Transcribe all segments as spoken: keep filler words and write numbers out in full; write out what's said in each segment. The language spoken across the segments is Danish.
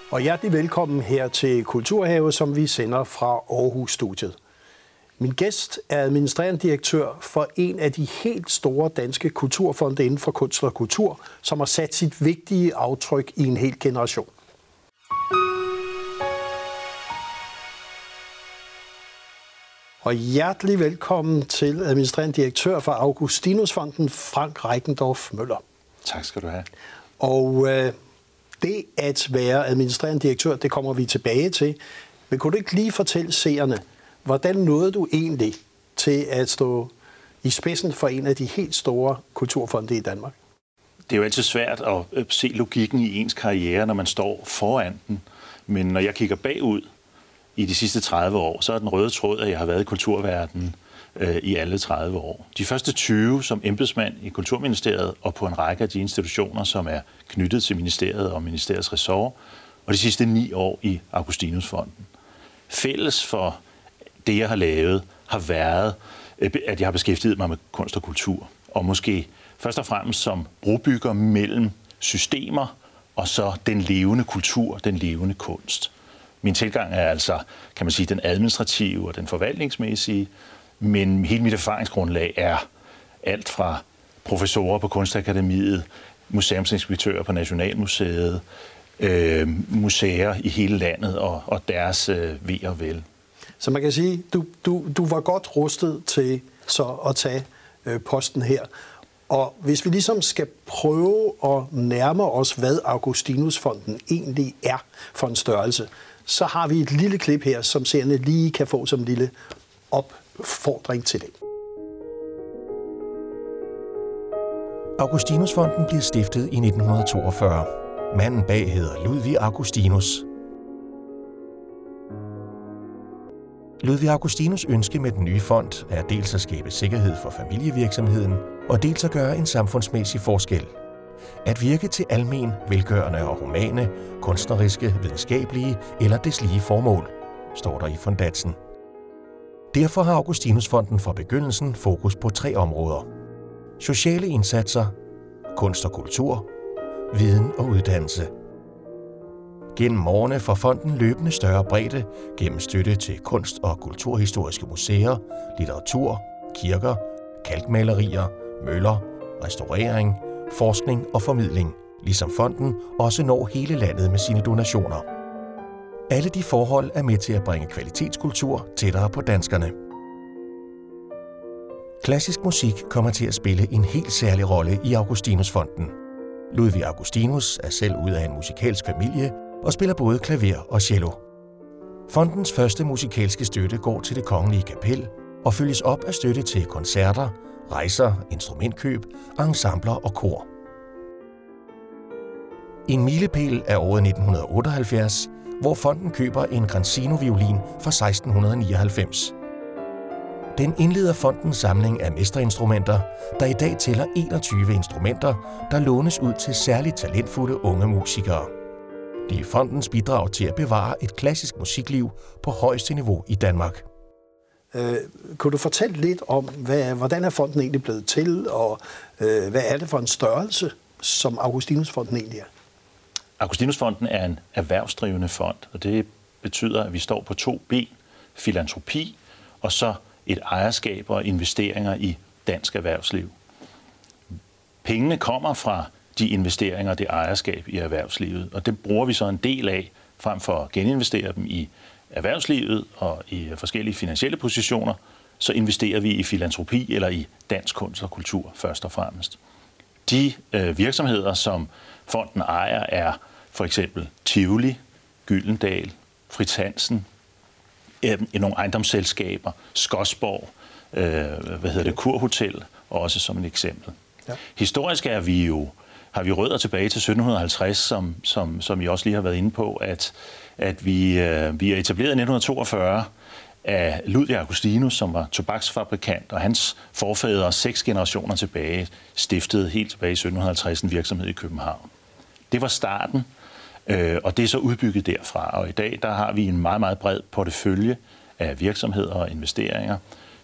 Og hjertelig velkommen her til Kulturhave, som vi sender fra Aarhus-studiet. Min gæst er administrerende direktør for en af de helt store danske kulturfonde inden for kunst og kultur, som har sat sit vigtige aftryk i en hel generation. Og hjertelig velkommen til administrerende direktør for Augustinusfonden, Frank Reichendorff Møller. Tak skal du have. Og øh, det at være administrerende direktør, det kommer vi tilbage til. Men kunne du ikke lige fortælle seerne, hvordan nåede du egentlig til at stå i spidsen for en af de helt store kulturfonde i Danmark? Det er jo altid svært at se logikken i ens karriere, når man står foran den. Men når jeg kigger bagud i de sidste tredive år, så er den røde tråd, at jeg har været i kulturverdenen øh, i alle tredive år. De første tyve som embedsmand i Kulturministeriet og på en række af de institutioner, som er knyttet til ministeriet og ministeriets ressort, og de sidste ni år i Augustinusfonden. Fælles for det, jeg har lavet, har været, at jeg har beskæftiget mig med kunst og kultur, og måske først og fremmest som brobygger mellem systemer og så den levende kultur, den levende kunst. Min tilgang er altså, kan man sige, den administrative og den forvaltningsmæssige, men hele mit erfaringsgrundlag er alt fra professorer på Kunstakademiet, museumsinspektører på Nationalmuseet, øh, museer i hele landet og, og deres øh, ve og vel. Så man kan sige, du, du, du var godt rustet til så at tage øh, posten her. Og hvis vi ligesom skal prøve at nærme os, hvad Augustinusfonden egentlig er for en størrelse, så har vi et lille klip her, som seerne lige kan få som en lille opfordring til det. Augustinusfonden blev stiftet i nitten toogfyrre. Manden bag hedder Ludvig Augustinus. Ludvig Augustinus' ønske med den nye fond er dels at skabe sikkerhed for familievirksomheden, og dels at gøre en samfundsmæssig forskel. At virke til almen, velgørende og humane, kunstneriske, videnskabelige eller deslige formål, står der i fondatsen. Derfor har Augustinusfonden fra begyndelsen fokus på tre områder: sociale indsatser, kunst og kultur, viden og uddannelse. Gennem årene får fonden løbende større bredde gennem støtte til kunst- og kulturhistoriske museer, litteratur, kirker, kalkmalerier, møller, restaurering, forskning og formidling, ligesom fonden også når hele landet med sine donationer. Alle de forhold er med til at bringe kvalitetskultur tættere på danskerne. Klassisk musik kommer til at spille en helt særlig rolle i Augustinusfonden. Ludvig Augustinus er selv ud af en musikalsk familie og spiller både klaver og cello. Fondens første musikalske støtte går til Det Kongelige Kapel og følges op af støtte til koncerter, rejser, instrumentkøb, ensembler og kor. En milepæl er året nitten otteoghalvfjerds, hvor fonden køber en Grancino-violin fra seksten nioghalvfems. Den indleder fondens samling af mesterinstrumenter, der i dag tæller enogtyve instrumenter, der lånes ud til særligt talentfulde unge musikere. Det er fondens bidrag til at bevare et klassisk musikliv på højeste niveau i Danmark. Øh, kunne du fortælle lidt om, hvad, hvordan er fonden egentlig blevet til, og øh, hvad er det for en størrelse, som Augustinusfonden egentlig er? Augustinusfonden er en erhvervsdrivende fond, og det betyder, at vi står på to ben: filantropi og så et ejerskab og investeringer i dansk erhvervsliv. Pengene kommer fra de investeringer og det ejerskab i erhvervslivet, og det bruger vi så en del af, frem for at geninvestere dem i erhvervslivet og i forskellige finansielle positioner, så investerer vi i filantropi eller i dansk kunst og kultur først og fremmest. De øh, virksomheder, som fonden ejer, er for eksempel Tivoli, Gyldendal, Frits Hansen, øh, nogle ejendomsselskaber, Skodsborg, øh, hvad hedder det, Kurhotel, også som et eksempel. Ja. Historisk er vi jo, har vi rødder tilbage til sytten halvtreds, som, som, som I også lige har været inde på, at, at vi, øh, vi er etableret i nitten toogfyrre af Ludvig Augustinus, som var tobaksfabrikant, og hans forfædre seks generationer tilbage stiftede helt tilbage i sytten halvtreds en virksomhed i København. Det var starten, øh, og det er så udbygget derfra, og i dag der har vi en meget, meget bred portefølje af virksomheder og investeringer,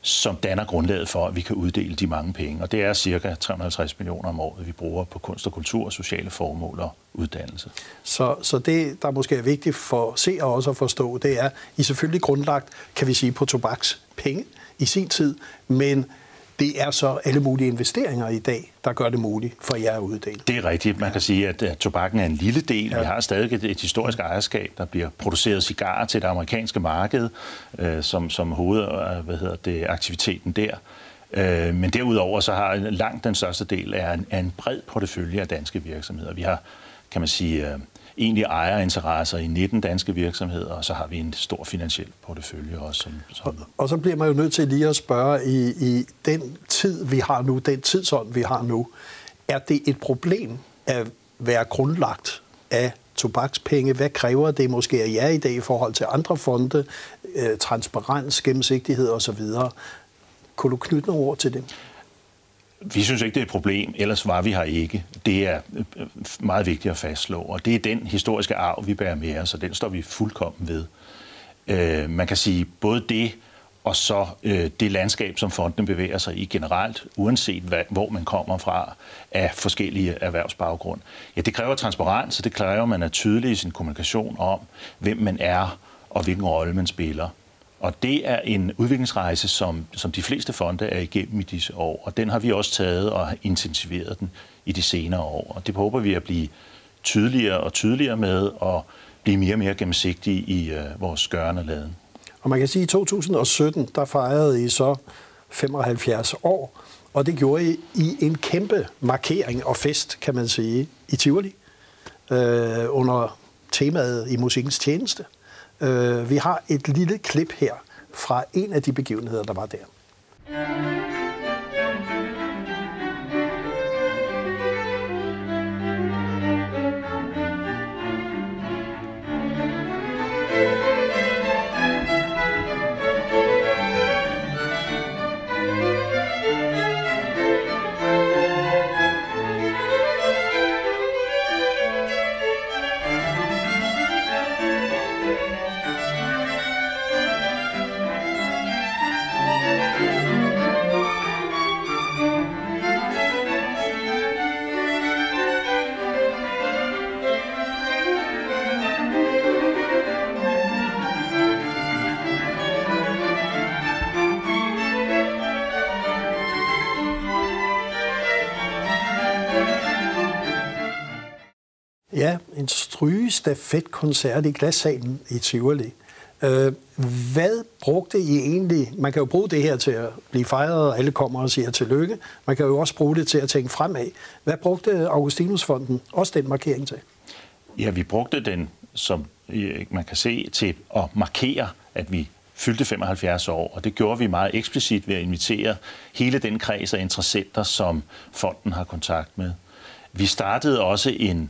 som danner grundlaget for, at vi kan uddele de mange penge. Og det er cirka tre hundrede og halvtreds millioner om året, vi bruger på kunst og kultur, sociale formål og uddannelse. Så, så det, der måske er vigtigt for seere også at forstå, det er, I selvfølgelig grundlagt, kan vi sige, på tobakspenge i sin tid, men det er så alle mulige investeringer i dag, der gør det muligt for jer at uddele. Det er rigtigt. Man kan sige, at tobakken er en lille del. Ja. Vi har stadig et, et historisk ejerskab. Der bliver produceret cigarer til det amerikanske marked, øh, som, som hoved, hvad hedder det, aktiviteten der. Øh, men derudover så har langt den største del af en, af en bred portefølje af danske virksomheder. Vi har, kan man sige, øh, egentlig ejerinteresser i nitten danske virksomheder, og så har vi en stor finansiel portefølje også. Som, som... Og, og så bliver man jo nødt til lige at spørge, i, i den tid, vi har nu, den tidsånd, vi har nu, er det et problem at være grundlagt af tobakspenge? Hvad kræver det måske af jer i dag i forhold til andre fonde, øh, transparens, gennemsigtighed osv.? Kunne du knytte nogle ord til det? Vi synes ikke, det er et problem, ellers var vi her ikke. Det er meget vigtigt at fastslå, og det er den historiske arv, vi bærer med os, og den står vi fuldkommen ved. Øh, man kan sige, både det og så øh, det landskab, som fondene bevæger sig i generelt, uanset hvad, hvor man kommer fra af forskellige erhvervsbaggrund. Ja, det kræver transparens, og det kræver, at man er tydelig i sin kommunikation om, hvem man er og hvilken rolle man spiller. Og det er en udviklingsrejse, som, som de fleste fonde er igennem i disse år, og den har vi også taget og intensiveret den i de senere år. Og det håber vi at blive tydeligere og tydeligere med, og blive mere og mere gennemsigtige i uh, vores gøren og laden. Og man kan sige, at i to tusind og sytten, der fejrede I så femoghalvfjerds år, og det gjorde I i en kæmpe markering og fest, kan man sige, i Tivoli, øh, under temaet i musikkens tjeneste. Uh, vi har et lille klip her fra en af de begivenheder, der var der. Ja, en strygestafetkoncert i Glassalen i Tivoli. Hvad brugte I egentlig? Man kan jo bruge det her til at blive fejret, og alle kommer og siger tillykke. Man kan jo også bruge det til at tænke fremad. Hvad brugte Augustinusfonden også den markering til? Ja, vi brugte den, som man kan se, til at markere, at vi fyldte femoghalvfjerds år, og det gjorde vi meget eksplicit ved at invitere hele den kreds af interessenter, som fonden har kontakt med. Vi startede også en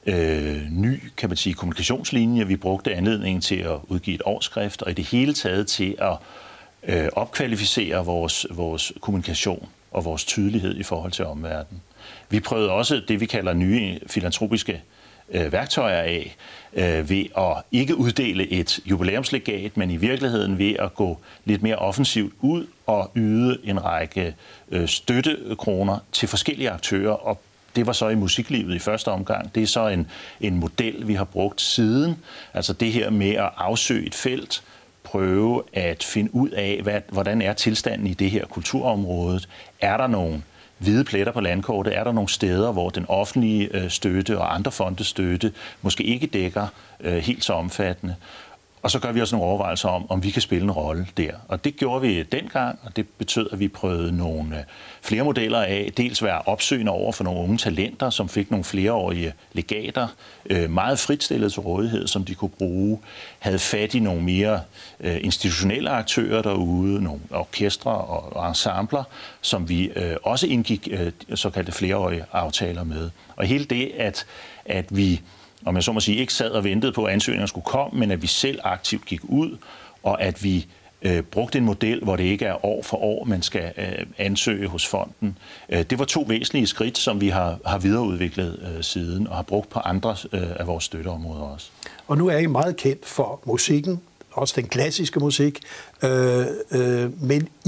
øh, ny, kan man sige, kommunikationslinje. Vi brugte anledningen til at udgive et årsskrift, og i det hele taget til at øh, opkvalificere vores, vores kommunikation og vores tydelighed i forhold til omverdenen. Vi prøvede også det, vi kalder nye filantropiske øh, værktøjer af, øh, ved at ikke uddele et jubilæumslegat, men i virkeligheden ved at gå lidt mere offensivt ud og yde en række øh, støttekroner til forskellige aktører, og det var så i musiklivet i første omgang. Det er så en, en model, vi har brugt siden. Altså det her med at afsøge et felt, prøve at finde ud af, hvad, hvordan er tilstanden i det her kulturområde. Er der nogle hvide pletter på landkortet? Er der nogle steder, hvor den offentlige øh, støtte og andre fondes støtte måske ikke dækker øh, helt så omfattende? Og så gør vi også nogle overvejelser om, om vi kan spille en rolle der. Og det gjorde vi dengang, og det betød, at vi prøvede nogle flere modeller af. Dels være opsøgende over for nogle unge talenter, som fik nogle flereårige legater, meget fritstillet til rådighed, som de kunne bruge. Havde fat i nogle mere institutionelle aktører derude, nogle orkestre og ensembler, som vi også indgik såkaldte flereårige aftaler med. Og hele det, at, at vi om jeg så må sige, ikke sad og ventede på, at ansøgninger skulle komme, men at vi selv aktivt gik ud, og at vi øh, brugte en model, hvor det ikke er år for år, man skal øh, ansøge hos fonden. Øh, det var to væsentlige skridt, som vi har, har videreudviklet øh, siden, og har brugt på andre øh, af vores støtteområder også. Og nu er I meget kendt for musikken, også den klassiske musik, øh, øh, men I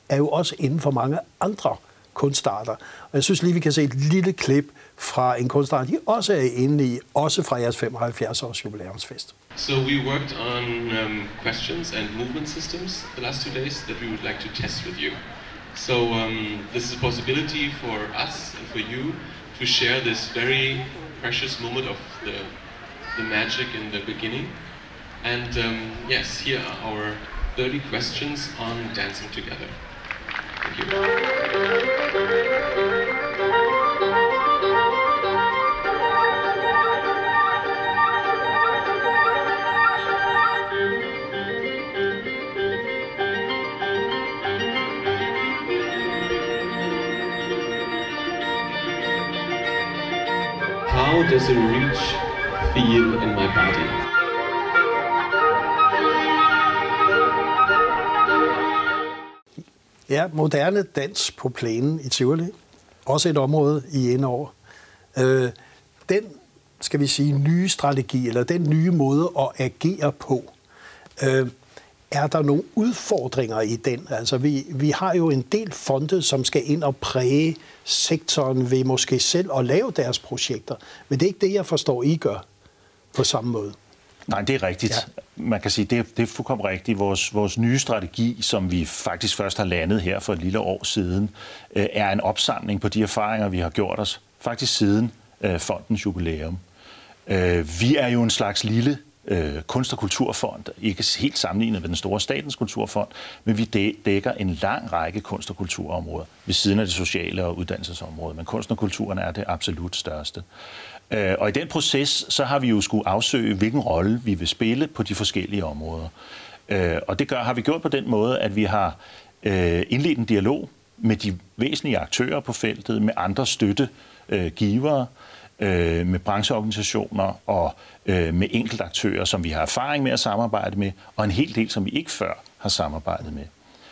er jo også inden for mange andre kunstarter. Og jeg synes lige, vi kan se et lille klip fra en kunstart, de også er inde i, også fra jeres femoghalvfjerds års jubilæumsfest. So we worked on um, questions and movement systems the last two days that we would like to test with you. So um, this is a possibility for us and for you to share this very precious moment of the, the magic in the beginning. And um, yes, here are our thirty questions on dancing together. Thank you. How does a reach feel in my body? Ja, moderne dans på plænen i Tivoli. Også et område i Indover. Øh, den, skal vi sige, nye strategi, eller den nye måde at agere på, øh, er der nogle udfordringer i den? Altså, vi, vi har jo en del fonde, som skal ind og præge sektoren ved måske selv at lave deres projekter. Men det er ikke det, jeg forstår, I gør på samme måde. Nej, det er rigtigt. Ja. Man kan sige, det, det er fuldkommen rigtigt. Vores, vores nye strategi, som vi faktisk først har landet her for et lille år siden, øh, er en opsamling på de erfaringer, vi har gjort os faktisk siden øh, fondens jubilæum. Øh, vi er jo en slags lille øh, kunst- og kulturfond, ikke helt sammenlignet med den store Statens Kulturfond, men vi dækker en lang række kunst- og kulturområder ved siden af det sociale og uddannelsesområde. Men kunst og kulturen er det absolut største. Og i den proces, så har vi jo skulle afsøge, hvilken rolle vi vil spille på de forskellige områder. Og det gør, har vi gjort på den måde, at vi har indledt en dialog med de væsentlige aktører på feltet, med andre støttegivere, med brancheorganisationer og med enkeltaktører, som vi har erfaring med at samarbejde med, og en hel del, som vi ikke før har samarbejdet med.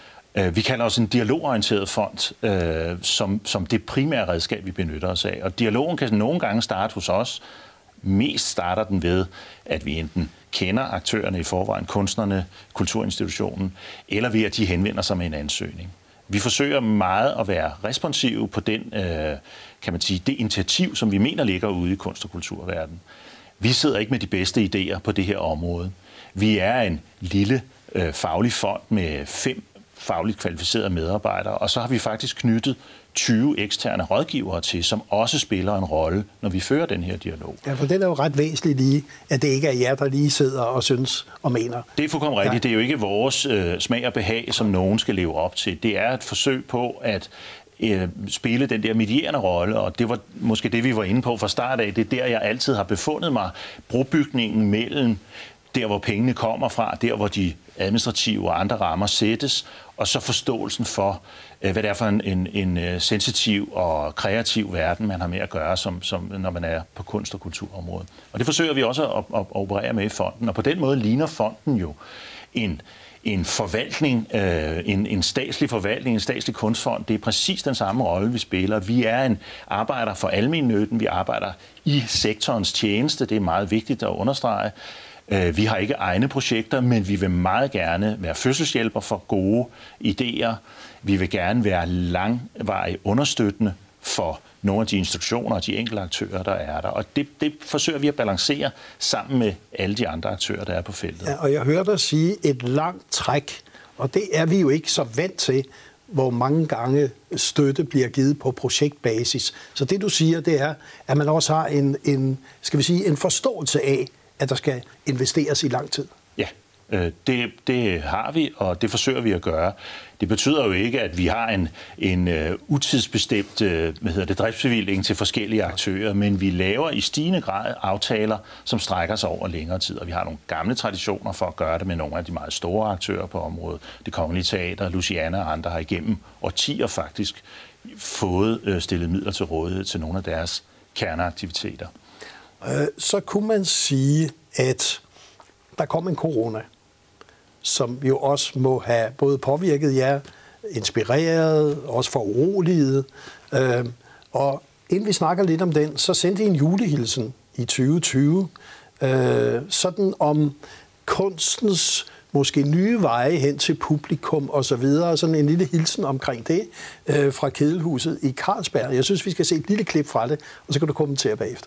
Vi kalder os en dialogorienteret fond, øh, som, som det primære redskab, vi benytter os af. Og dialogen kan nogle gange starte hos os. Mest starter den ved, at vi enten kender aktørerne i forvejen, kunstnerne, kulturinstitutionen, eller ved, at de henvender sig med en ansøgning. Vi forsøger meget at være responsive på den, øh, kan man sige, det initiativ, som vi mener ligger ude i kunst- og kulturverdenen. Vi sidder ikke med de bedste idéer på det her område. Vi er en lille øh, faglig fond med fem fagligt kvalificerede medarbejdere, og så har vi faktisk knyttet tyve eksterne rådgivere til, som også spiller en rolle, når vi fører den her dialog. Ja, for det er jo ret væsentligt lige, at det ikke er jer, der lige sidder og synes og mener. Det er fuldkommen rigtigt. Ja. Det er jo ikke vores øh, smag og behag, som nogen skal leve op til. Det er et forsøg på at øh, spille den der medierende rolle, og det var måske det, vi var inde på fra start af. Det er der, jeg altid har befundet mig. Brobygningen mellem der, hvor pengene kommer fra, der, hvor de administrative og andre rammer sættes, og så forståelsen for, hvad det er for en, en, en sensitiv og kreativ verden, man har med at gøre, som, som, når man er på kunst- og kulturområdet. Og det forsøger vi også at, at, at operere med i fonden, og på den måde ligner fonden jo en, en forvaltning, øh, en, en statslig forvaltning, en statslig kunstfond. Det er præcis den samme rolle, vi spiller. Vi er en arbejder for almennytten, vi arbejder i sektorens tjeneste, det er meget vigtigt at understrege. Vi har ikke egne projekter, men vi vil meget gerne være fødselshjælper for gode idéer. Vi vil gerne være langvarigt understøttende for nogle af de institutioner og de enkelte aktører, der er der. Og det, det forsøger vi at balancere sammen med alle de andre aktører, der er på feltet. Ja, og jeg hørte dig sige et langt træk, og det er vi jo ikke så vant til, hvor mange gange støtte bliver givet på projektbasis. Så det, du siger, det er, at man også har en, en, skal vi sige, en forståelse af, at der skal investeres i lang tid. Ja, det, det har vi, og det forsøger vi at gøre. Det betyder jo ikke, at vi har en, en uh, utidsbestemt uh, hvad hedder det, driftsbevilling til forskellige aktører, men vi laver i stigende grad aftaler, som strækker sig over længere tid, og vi har nogle gamle traditioner for at gøre det med nogle af de meget store aktører på området. Det Kongelige Teater, Luciana og andre har igennem årtier faktisk fået uh, stillet midler til rådighed til nogle af deres kerneaktiviteter. Så kunne man sige, at der kom en corona, som jo også må have både påvirket jer, inspireret, også for uroliget. Og inden vi snakker lidt om den, så sendte I en julehilsen i tyve tyve, sådan om kunstens måske nye veje hen til publikum osv., og så sådan en lille hilsen omkring det øh, fra Kedelhuset i Carlsberg. Jeg synes, vi skal se et lille klip fra det, og så kan du kommentere bagefter.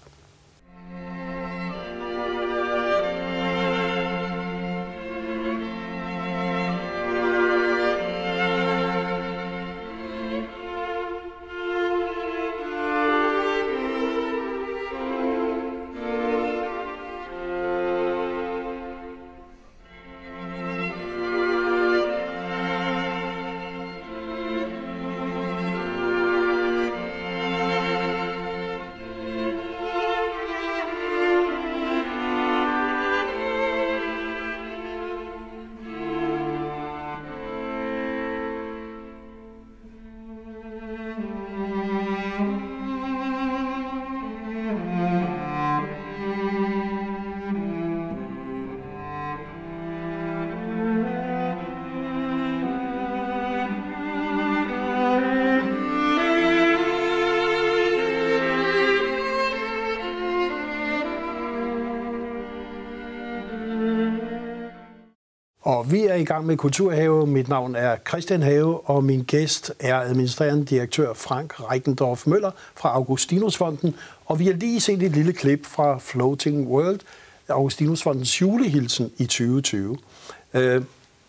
Og vi er i gang med Kulturhave. Mit navn er Christian Have, og min gæst er administrerende direktør Frank Reichendorff Møller fra Augustinusfonden. Og vi har lige set et lille klip fra Floating World, Augustinusfondens julehilsen i tyve tyve. Øh,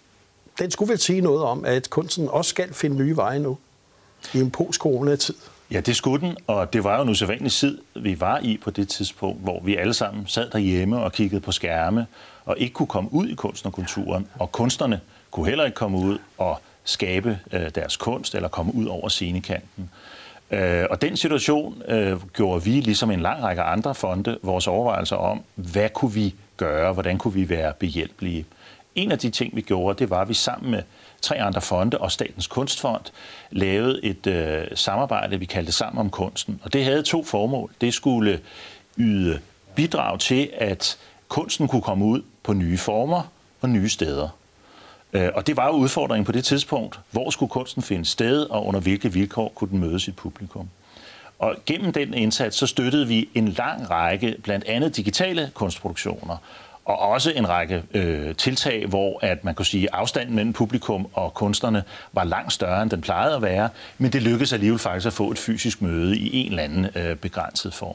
den skulle vel sige noget om, at kunsten også skal finde nye veje nu i en post-corona-tid. Ja, det skulle den, og det var jo en usædvanlig tid, vi var i på det tidspunkt, hvor vi alle sammen sad derhjemme og kiggede på skærme og ikke kunne komme ud i kunsten og kulturen, og kunstnerne kunne heller ikke komme ud og skabe øh, deres kunst eller komme ud over scenekanten. Øh, og den situation øh, gjorde vi, ligesom en lang række andre fonde, vores overvejelser om, hvad kunne vi gøre, hvordan kunne vi være behjælpelige. En af de ting, vi gjorde, det var, at vi sammen med tre andre fonde og Statens Kunstfond lavede et øh, samarbejde, vi kaldte Sammen om kunsten. Og det havde to formål. Det skulle yde bidrag til, at kunsten kunne komme ud på nye former og nye steder. Øh, og det var jo udfordringen på det tidspunkt. Hvor skulle kunsten finde sted, og under hvilke vilkår kunne den møde sit publikum? Og gennem den indsats, så støttede vi en lang række, blandt andet digitale kunstproduktioner, og også en række øh, tiltag, hvor at man kunne sige, at afstanden mellem publikum og kunstnerne var langt større, end den plejede at være, men det lykkedes alligevel faktisk at få et fysisk møde i en eller anden øh, begrænset form.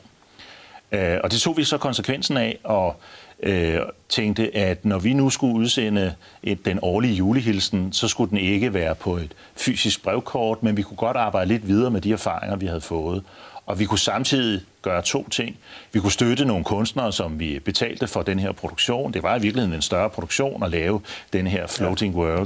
Øh, og det tog vi så konsekvensen af, og øh, tænkte, at når vi nu skulle udsende et, den årlige julehilsen, så skulle den ikke være på et fysisk brevkort, men vi kunne godt arbejde lidt videre med de erfaringer, vi havde fået. Og vi kunne samtidig gøre to ting. Vi kunne støtte nogle kunstnere, som vi betalte for den her produktion. Det var i virkeligheden en større produktion at lave den her Floating World.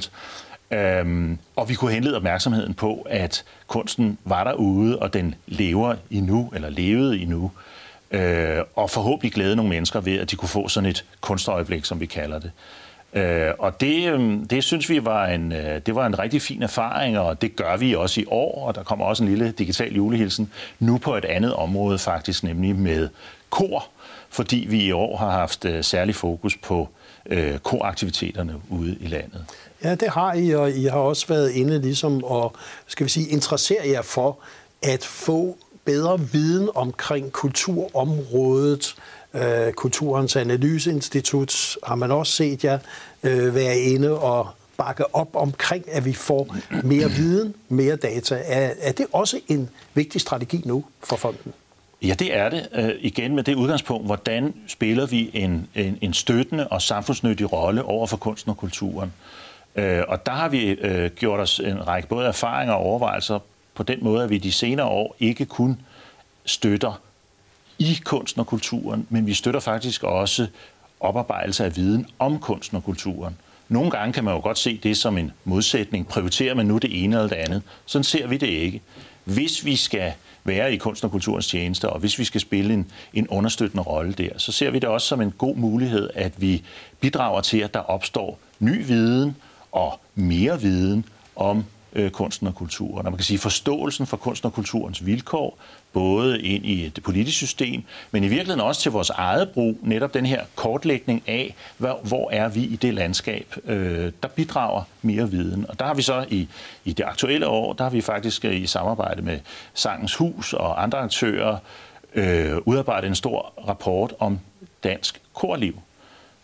Øhm, og vi kunne henlede opmærksomheden på, at kunsten var derude, og den lever endnu, eller levede endnu. Øh, og forhåbentlig glæde nogle mennesker ved, at de kunne få sådan et kunstøjeblik, som vi kalder det. Øh, og det, det synes vi var en, det var en rigtig fin erfaring, og det gør vi også i år, og der kommer også en lille digital julehilsen nu på et andet område faktisk, nemlig med kor, fordi vi i år har haft særlig fokus på øh, koraktiviteterne ude i landet. Ja, det har I, og I har også været inde ligesom og skal vi sige, interessere jer for at få bedre viden omkring kulturområdet. Uh, Kulturens Analyseinstitut har man også set jer uh, være inde og bakke op omkring, at vi får mere viden, mere data. Er, er det også en vigtig strategi nu for fonden? Ja, det er det. Uh, igen med det udgangspunkt, hvordan spiller vi en, en, en støttende og samfundsnyttig rolle over for kunsten og kulturen. Uh, og der har vi uh, gjort os en række både erfaringer og overvejelser på den måde, at vi de senere år ikke kun støtter i kunsten og kulturen, men vi støtter faktisk også oparbejdelse af viden om kunsten og kulturen. Nogle gange kan man jo godt se det som en modsætning. Prioriterer man nu det ene eller det andet? Sådan ser vi det ikke. Hvis vi skal være i kunsten og kulturens tjeneste, og hvis vi skal spille en, en understøttende rolle der, så ser vi det også som en god mulighed, at vi bidrager til, at der opstår ny viden og mere viden om øh, kunsten og kulturen. Og man kan sige, forståelsen for kunsten og kulturens vilkår, både ind i det politiske system, men i virkeligheden også til vores eget brug, netop den her kortlægning af, hvor, hvor er vi i det landskab, øh, der bidrager mere viden. Og der har vi så i, i det aktuelle år, der har vi faktisk i samarbejde med Sangens Hus og andre aktører øh, udarbejdet en stor rapport om dansk korliv.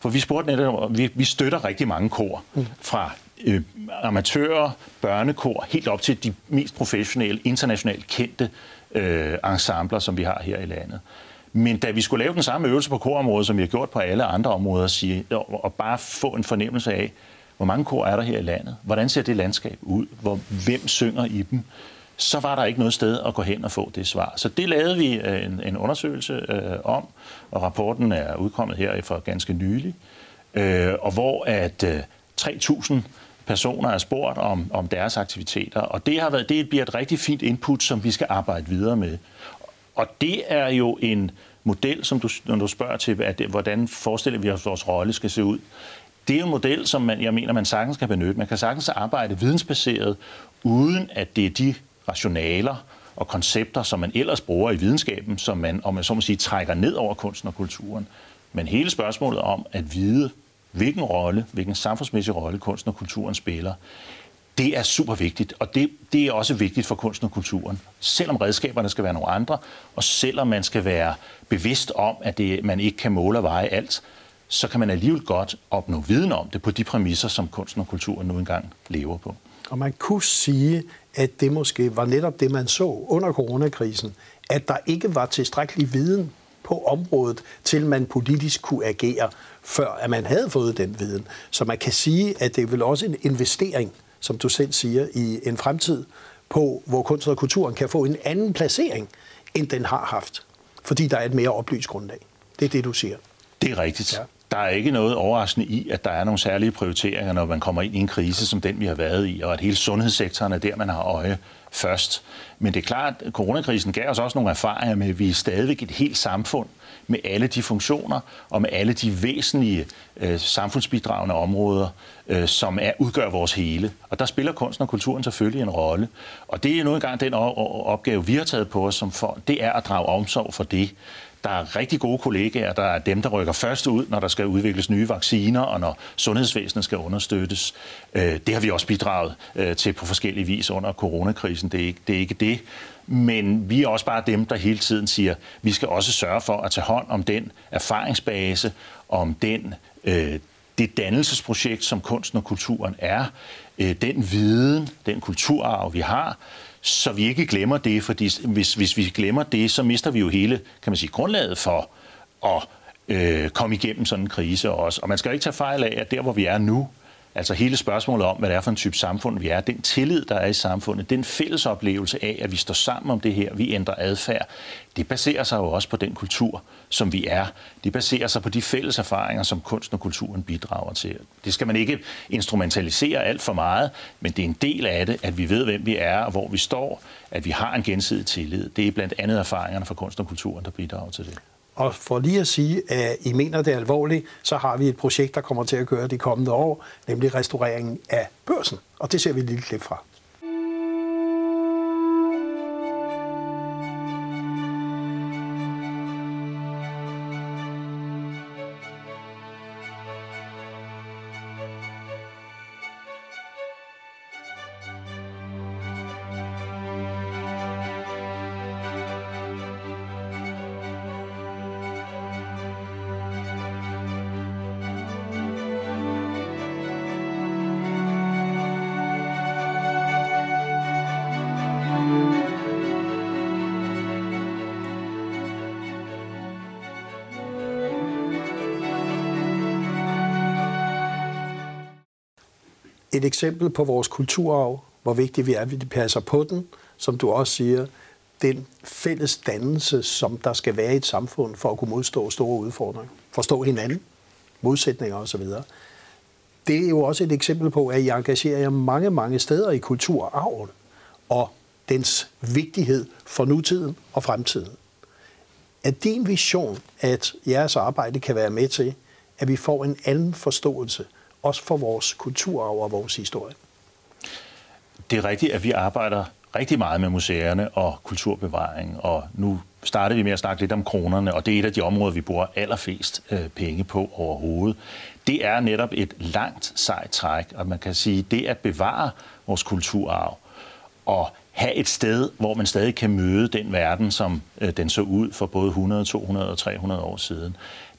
For vi spurgte netop, vi, vi støtter rigtig mange kor, fra øh, amatører, børnekor, helt op til de mest professionelle, internationalt kendte øh, ensembler, som vi har her i landet. Men da vi skulle lave den samme øvelse på korområdet, som vi har gjort på alle andre områder, sige, og, og bare få en fornemmelse af, hvor mange kor er der her i landet? Hvordan ser det landskab ud? Hvor, hvem synger i dem? Så var der ikke noget sted at gå hen og få det svar. Så det lavede vi en, en undersøgelse øh, om, og rapporten er udkommet her for ganske nylig, øh, og hvor at øh, tre tusind personer er spurgt om, om deres aktiviteter, og det har været, det bliver et rigtig fint input, som vi skal arbejde videre med. Og det er jo en model, som du, når du spørger til, at det, hvordan forestiller vi os, at vores rolle skal se ud. Det er en model, som man, jeg mener, man sagtens kan benytte. Man kan sagtens arbejde vidensbaseret, uden at det er de rationaler og koncepter, som man ellers bruger i videnskaben, som man, om man så må sige, trækker ned over kunsten og kulturen. Men hele spørgsmålet om at vide, hvilken rolle, hvilken samfundsmæssig rolle kunsten og kulturen spiller, det er super vigtigt, og det, det er også vigtigt for kunsten og kulturen. Selvom redskaberne skal være nogle andre, og selvom man skal være bevidst om, at det, man ikke kan måle og veje alt, så kan man alligevel godt opnå viden om det på de præmisser, som kunsten og kulturen nu engang lever på. Og man kunne sige, at det måske var netop det, man så under coronakrisen, at der ikke var tilstrækkelig viden på området, til man politisk kunne agere, før at man havde fået den viden. Så man kan sige, at det er vel også en investering, som du selv siger, i en fremtid, på hvor kunst og kulturen kan få en anden placering, end den har haft. Fordi der er et mere oplyst grundlag. Det er det, du siger. Det er rigtigt. Ja. Der er ikke noget overraskende i, at der er nogle særlige prioriteringer, når man kommer ind i en krise som den, vi har været i, og at hele sundhedssektoren er der, man har øje først. Men det er klart, at coronakrisen gav os også nogle erfaringer med, at vi er stadigvæk et helt samfund med alle de funktioner og med alle de væsentlige øh, samfundsbidragende områder, øh, som er, udgør vores hele. Og der spiller kunsten og kulturen selvfølgelig en rolle. Og det er nu engang den opgave, vi har taget på os som for, det er at drage omsorg for det. Der er rigtig gode kollegaer, der er dem, der rykker først ud, når der skal udvikles nye vacciner, og når sundhedsvæsenet skal understøttes. Det har vi også bidraget til på forskellige vis under coronakrisen. Det er ikke det. Er ikke det. Men vi er også bare dem, der hele tiden siger, at vi skal også sørge for at tage hånd om den erfaringsbase, om den, det dannelsesprojekt, som kunsten og kulturen er, den viden, den kulturarv, vi har, så vi ikke glemmer det, fordi hvis, hvis vi glemmer det, så mister vi jo hele, kan man sige, grundlaget for at øh, komme igennem sådan en krise også. Og man skal ikke tage fejl af, at der, hvor vi er nu, altså hele spørgsmålet om, hvad det er for en type samfund, vi er, den tillid, der er i samfundet, den fælles oplevelse af, at vi står sammen om det her, vi ændrer adfærd, det baserer sig jo også på den kultur, som vi er. Det baserer sig på de fælles erfaringer, som kunsten og kulturen bidrager til. Det skal man ikke instrumentalisere alt for meget, men det er en del af det, at vi ved, hvem vi er og hvor vi står, at vi har en gensidig tillid. Det er blandt andet erfaringerne fra kunsten og kulturen, der bidrager til det. Og for lige at sige, at I mener det alvorligt, så har vi et projekt, der kommer til at køre de kommende år, nemlig restaureringen af Børsen. Og det ser vi et lille klip fra. Et eksempel på vores kulturarv, hvor vigtigt vi er, at vi passer på den, som du også siger, den fælles dannelse, som der skal være i et samfund for at kunne modstå store udfordringer. Forstå hinanden, modsætninger osv. Det er jo også et eksempel på, at I engagerer jer mange, mange steder i kulturarven og dens vigtighed for nutiden og fremtiden. Er din vision, at jeres arbejde kan være med til, at vi får en anden forståelse også for vores kulturarv og vores historie? Det er rigtigt, at vi arbejder rigtig meget med museerne og kulturbevaring, og nu starter vi med at snakke lidt om kronerne, og det er et af de områder, vi bruger allerflest øh, penge på overhovedet. Det er netop et langt sejt træk, og man kan sige, det at bevare vores kulturarv og have et sted, hvor man stadig kan møde den verden, som øh, den så ud for både hundrede, to hundrede og tre hundrede år siden.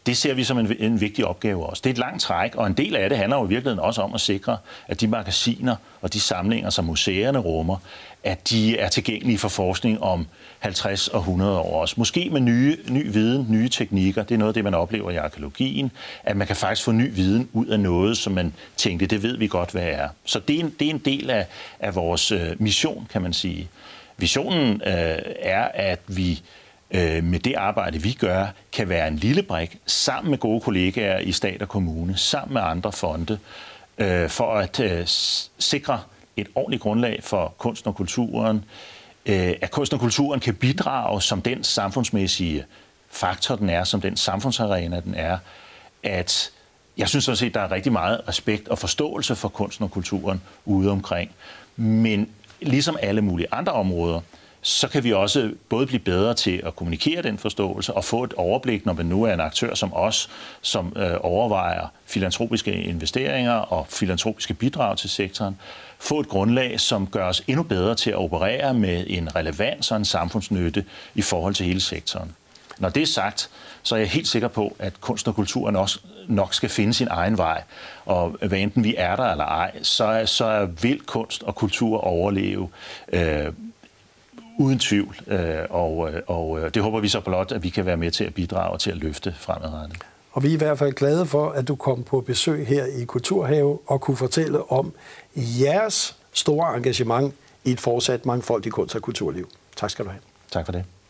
det ser vi som en, en vigtig opgave også. Det er et langt træk, og en del af det handler jo i virkeligheden også om at sikre, at de magasiner og de samlinger, som museerne rummer, at de er tilgængelige for forskning om halvtreds og hundrede år også. Måske med nye, ny viden, nye teknikker. Det er noget af det, man oplever i arkæologien, at man kan faktisk få ny viden ud af noget, som man tænkte, det ved vi godt, hvad er. Så det er en, det er en del af, af vores øh, mission, kan man sige. Visionen øh, er, at vi øh, med det arbejde, vi gør, kan være en lille brik sammen med gode kollegaer i stat og kommune, sammen med andre fonde, øh, for at øh, sikre et ordentligt grundlag for kunsten og kulturen, øh, at kunsten og kulturen kan bidrage som den samfundsmæssige faktor, den er, som den samfundsarena, den er, at jeg synes sådan set, at der er rigtig meget respekt og forståelse for kunsten og kulturen ude omkring. Men ligesom alle mulige andre områder, så kan vi også både blive bedre til at kommunikere den forståelse og få et overblik, når man nu er en aktør som os, som øh, overvejer filantropiske investeringer og filantropiske bidrag til sektoren, få et grundlag, som gør os endnu bedre til at operere med en relevans og en samfundsnytte i forhold til hele sektoren. Når det er sagt, så er jeg helt sikker på, at kunst og kulturen også nok skal finde sin egen vej. Og hvad enten vi er der eller ej, så, så vil kunst og kultur overleve øh, uden tvivl. Øh, og, og det håber vi så blot, at vi kan være med til at bidrage til at løfte fremadrettet. Og vi er i hvert fald glade for, at du kom på besøg her i Kulturhave og kunne fortælle om jeres store engagement i et fortsat mangfoldigt kunst- og kulturliv. Tak skal du have. Tak for det.